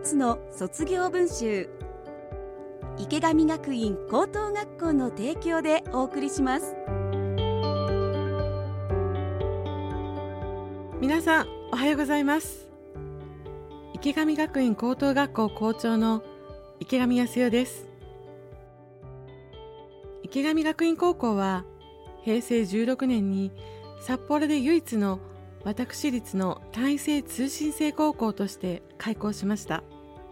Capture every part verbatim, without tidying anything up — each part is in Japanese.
つの卒業文集、池上学院高等学校の提供でお送りします。 皆さんおはようございます。池上学院高等学校校長の池上康代です。池上学院高校はへいせいじゅうろくねんに札幌で唯一の私立の単位制通信制高校として開校しました。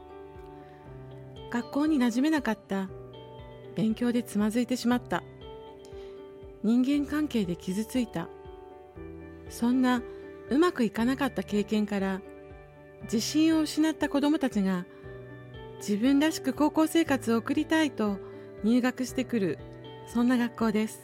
学校に馴染めなかった、勉強でつまずいてしまった、人間関係で傷ついた、そんなうまくいかなかった経験から自信を失った子どもたちが自分らしく高校生活を送りたいと入学してくる、そんな学校です。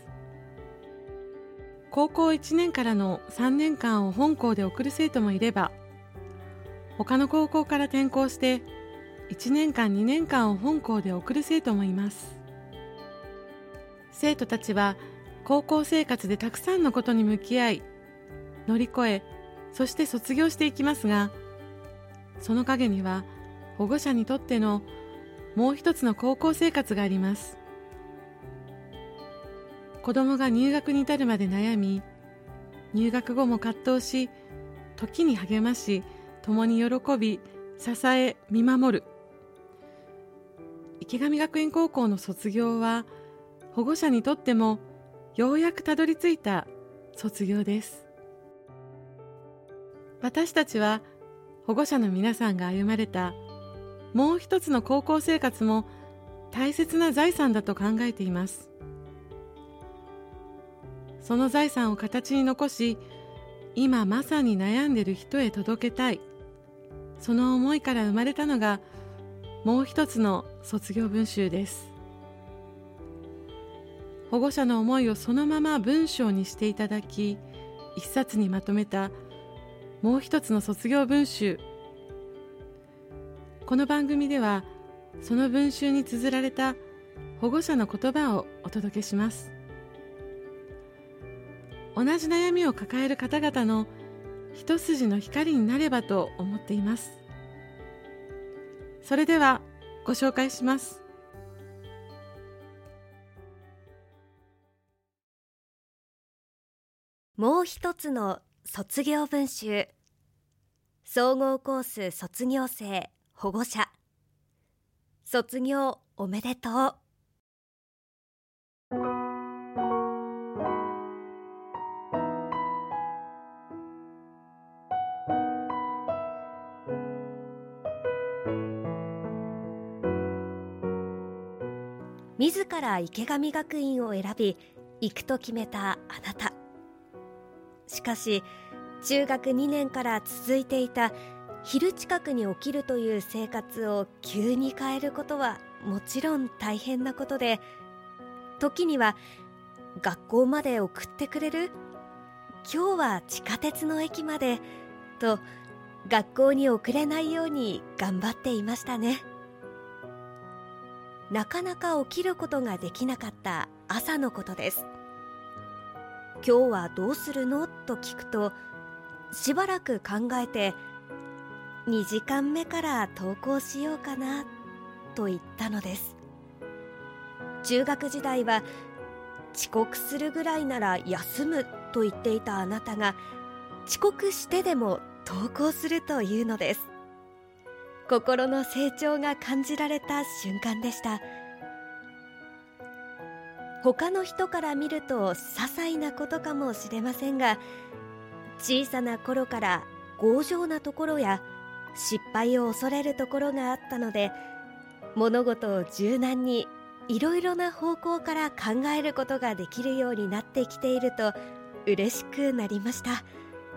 高校いちねんからのさんねんかんを本校で送る生徒もいれば、他の高校から転校していちねんかんにねんかんを本校で送る生徒もいます。生徒たちは高校生活でたくさんのことに向き合い、乗り越え、そして卒業していきますが、その陰には保護者にとってのもう一つの高校生活があります。子供が入学に至るまで悩み、入学後も葛藤し、時に励まし、共に喜び、支え、見守る。池上学院高校の卒業は、保護者にとってもようやくたどり着いた卒業です。私たちは保護者の皆さんが歩まれたもう一つの高校生活も大切な財産だと考えています。その財産を形に残し、今まさに悩んでいる人へ届けたい、その思いから生まれたのがもう一つの卒業文集です。保護者の思いをそのまま文章にしていただき、一冊にまとめたもう一つの卒業文集。この番組ではその文集に綴られた保護者の言葉をお届けします。同じ悩みを抱える方々の一筋の光になればと思っています。それではご紹介します。 もう一つの卒業文集、総合コース卒業生保護者、卒業おめでとう。自ら池上学院を選び行くと決めたあなた。しかし中学にねんから続いていた昼近くに起きるという生活を急に変えることはもちろん大変なことで、時には学校まで送ってくれる？今日は地下鉄の駅までと学校に遅れないように頑張っていましたね。なかなか起きることができなかった朝のことです。今日はどうするのと聞くと、しばらく考えてにじかんめから登校しようかなと言ったのです。中学時代は遅刻するぐらいなら休むと言っていたあなたが、遅刻してでも登校するというのです。心の成長が感じられた瞬間でした。他の人から見ると些細なことかもしれませんが、小さな頃から強情なところや失敗を恐れるところがあったので、物事を柔軟にいろいろな方向から考えることができるようになってきていると嬉しくなりました。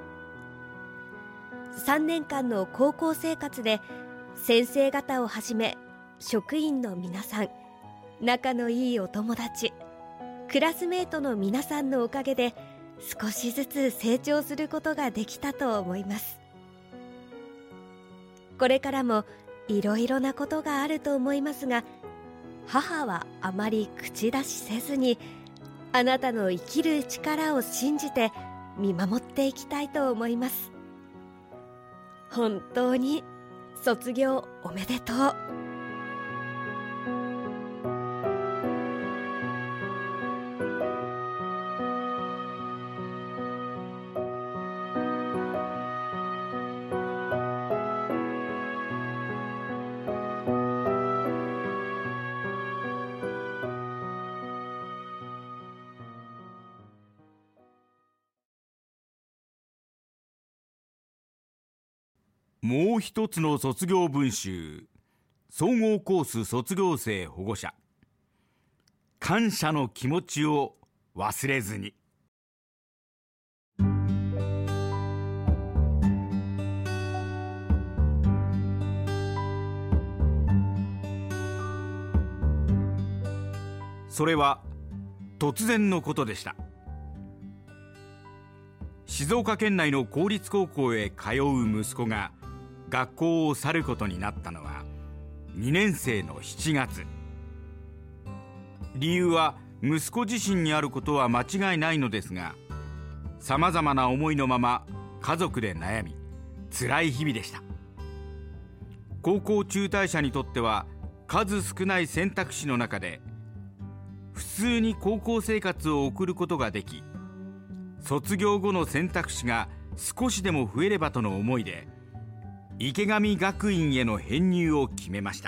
さんねんかんの高校生活で先生方をはじめ職員の皆さん、仲のいいお友達、クラスメートの皆さんのおかげで少しずつ成長することができたと思います。これからもいろいろなことがあると思いますが、母はあまり口出しせずに、あなたの生きる力を信じて見守っていきたいと思います。本当に卒業おめでとう。 もう一つの卒業文集、総合コース卒業生保護者。感謝の気持ちを忘れずに。それは突然のことでした。静岡県内の公立高校へ通う息子が学校を去ることになったのはにねん生のしちがつ。理由は息子自身にあることは間違いないのですが、さまざまな思いのまま家族で悩み、辛い日々でした。高校中退者にとっては数少ない選択肢の中で普通に高校生活を送ることができ、卒業後の選択肢が少しでも増えればとの思いで池上学院への編入を決めました。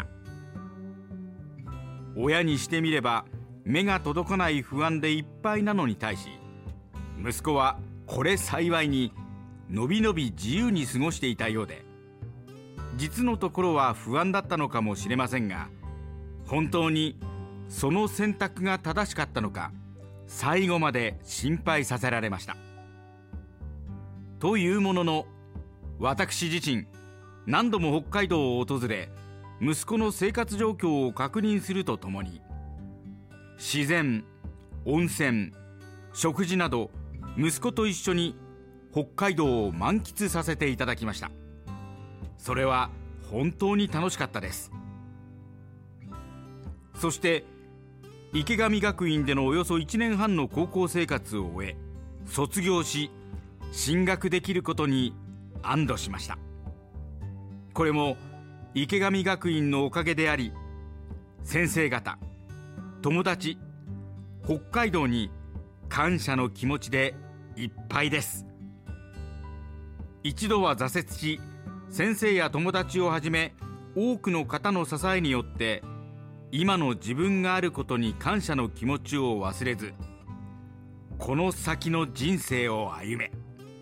親にしてみれば目が届かない不安でいっぱいなのに対し、息子はこれ幸いにのびのび自由に過ごしていたようで、実のところは不安だったのかもしれませんが、本当にその選択が正しかったのか最後まで心配させられました。というものの、私自身何度も北海道を訪れ、息子の生活状況を確認するとともに、自然、温泉、食事など息子と一緒に北海道を満喫させていただきました。それは本当に楽しかったです。そして池上学院でのおよそいちねんはんの高校生活を終え、卒業し進学できることに安堵しました。これも池上学院のおかげであり、先生方、友達、北海道に感謝の気持ちでいっぱいです。一度は挫折し、先生や友達をはじめ多くの方の支えによって今の自分があることに感謝の気持ちを忘れず、この先の人生を歩め、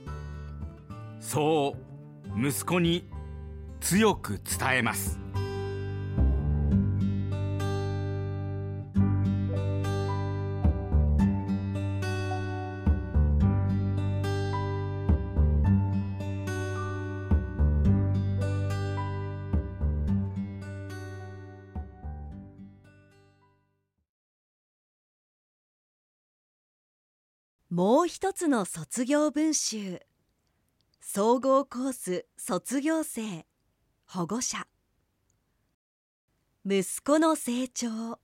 そう息子に強く伝えます。 もう一つの卒業文集、総合コース卒業生保護者。息子の成長。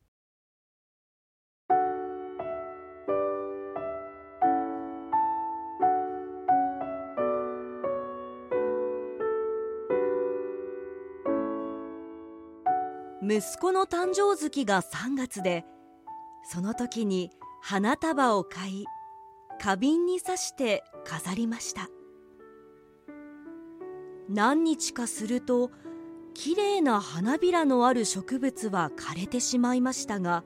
息子の誕生月がさんがつで、その時に花束を買い、花瓶に刺して飾りました。何日かすると、きれいな花びらのある植物は枯れてしまいましたが、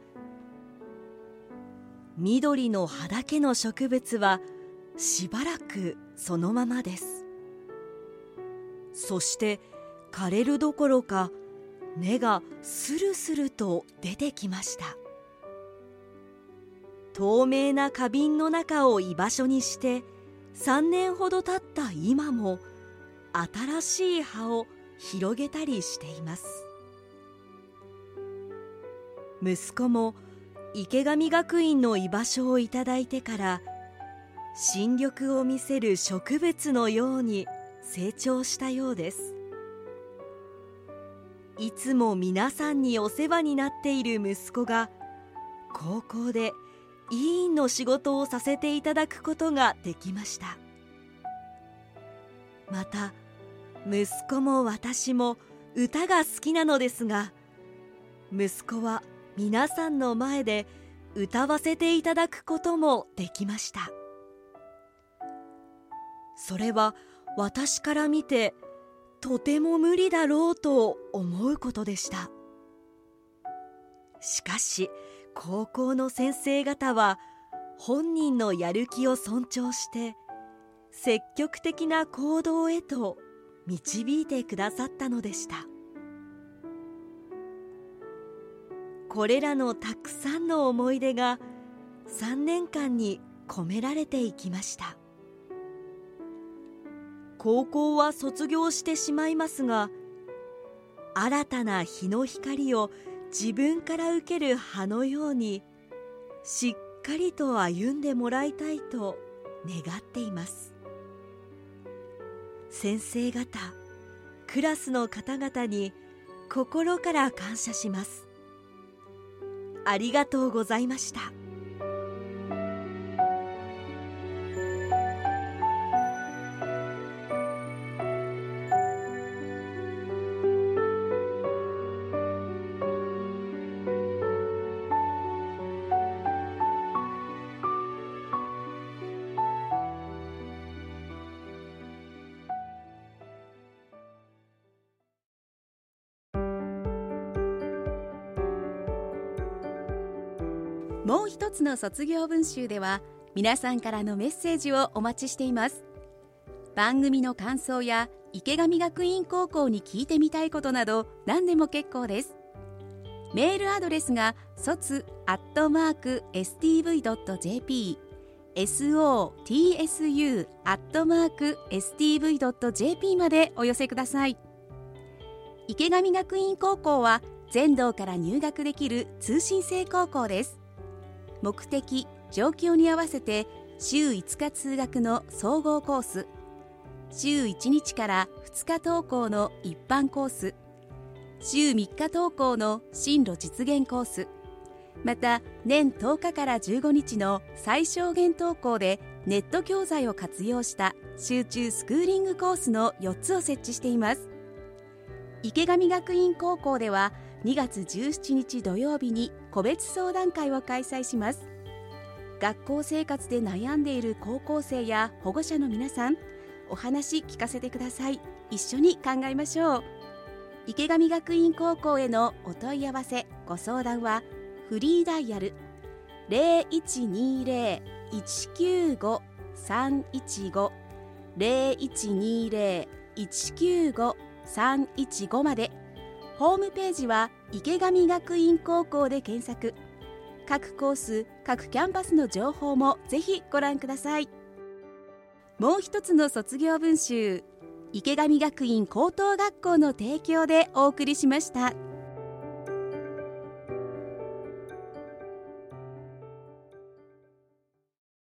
緑の葉だけの植物はしばらくそのままです。そして枯れるどころか、根がスルスルと出てきました。透明な花瓶の中を居場所にしてさんねんほど経った今も新しい葉を広げたりしています。息子も池上学院の居場所をいただいてから新緑を見せる植物のように成長したようです。いつも皆さんにお世話になっている息子が高校で委員の仕事をさせていただくことができました。また息子も私も歌が好きなのですが、息子は皆さんの前で歌わせていただくこともできました。それは私から見てとても無理だろうと思うことでした。しかし高校の先生方は本人のやる気を尊重して積極的な行動へと導いてくださったのでした。これらのたくさんの思い出がさんねんかんに込められていきました。高校は卒業してしまいますが、新たな日の光を自分から受ける葉のようにしっかりと歩んでもらいたいと願っています。先生方、クラスの方々に心から感謝します。ありがとうございました。 もう一つの卒業文集では皆さんからのメッセージをお待ちしています。番組の感想や池上学院高校に聞いてみたいことなど何でも結構です。メールアドレスが卒アットマーク エスティーブイドットジェーピー ソツ アットマーク エスティーブイドットジェーピー までお寄せください。池上学院高校は全道から入学できる通信制高校です。目的・状況に合わせて週いつか通学の総合コース、週いちにちからふつか登校の一般コース、週みっか登校の進路実現コース、また年とおかからじゅうごにちの最小限登校でネット教材を活用した集中スクーリングコースのよっつを設置しています。池上学院高校ではにがつじゅうしちにち土曜日に個別相談会を開催します。学校生活で悩んでいる高校生や保護者の皆さん、お話聞かせてください。一緒に考えましょう。池上学院高校へのお問い合わせご相談はフリーダイヤル ゼロいちにゼロ いちきゅうご さんいちご ゼロいちにゼロ いちきゅうご さんいちごまで。ホームページは池上学院高校で検索。各コース、各キャンパスの情報もぜひご覧ください。もう一つの卒業文集、池上学院高等学校の提供でお送りしました。